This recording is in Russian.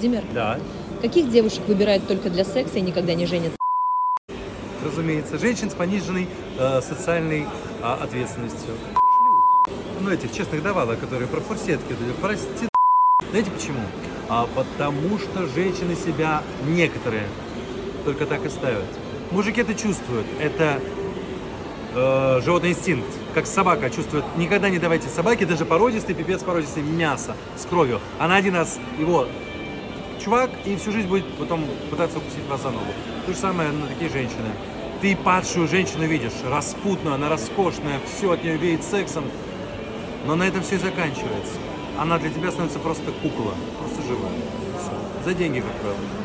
Владимир, Да, каких девушек выбирают только для секса и никогда не женятся? разумеется. Женщин с пониженной социальной ответственностью. Ну, этих честных давала, которые про фурсетки дают. Прости. Знаете почему? Потому что женщины себя некоторые только так и ставят. Мужики это чувствуют. Это животный инстинкт. Как собака чувствует. Никогда не давайте собаке, даже породистый, пипец породистый, мясо с кровью. Она один раз его чувак и всю жизнь будет потом пытаться укусить вас за ногу. То же самое на такие женщины. Ты падшую женщину видишь, распутную, она роскошная, все от нее веет сексом. Но на этом все и заканчивается. Она для тебя становится просто кукла, просто живая. Всё. За деньги, как правило.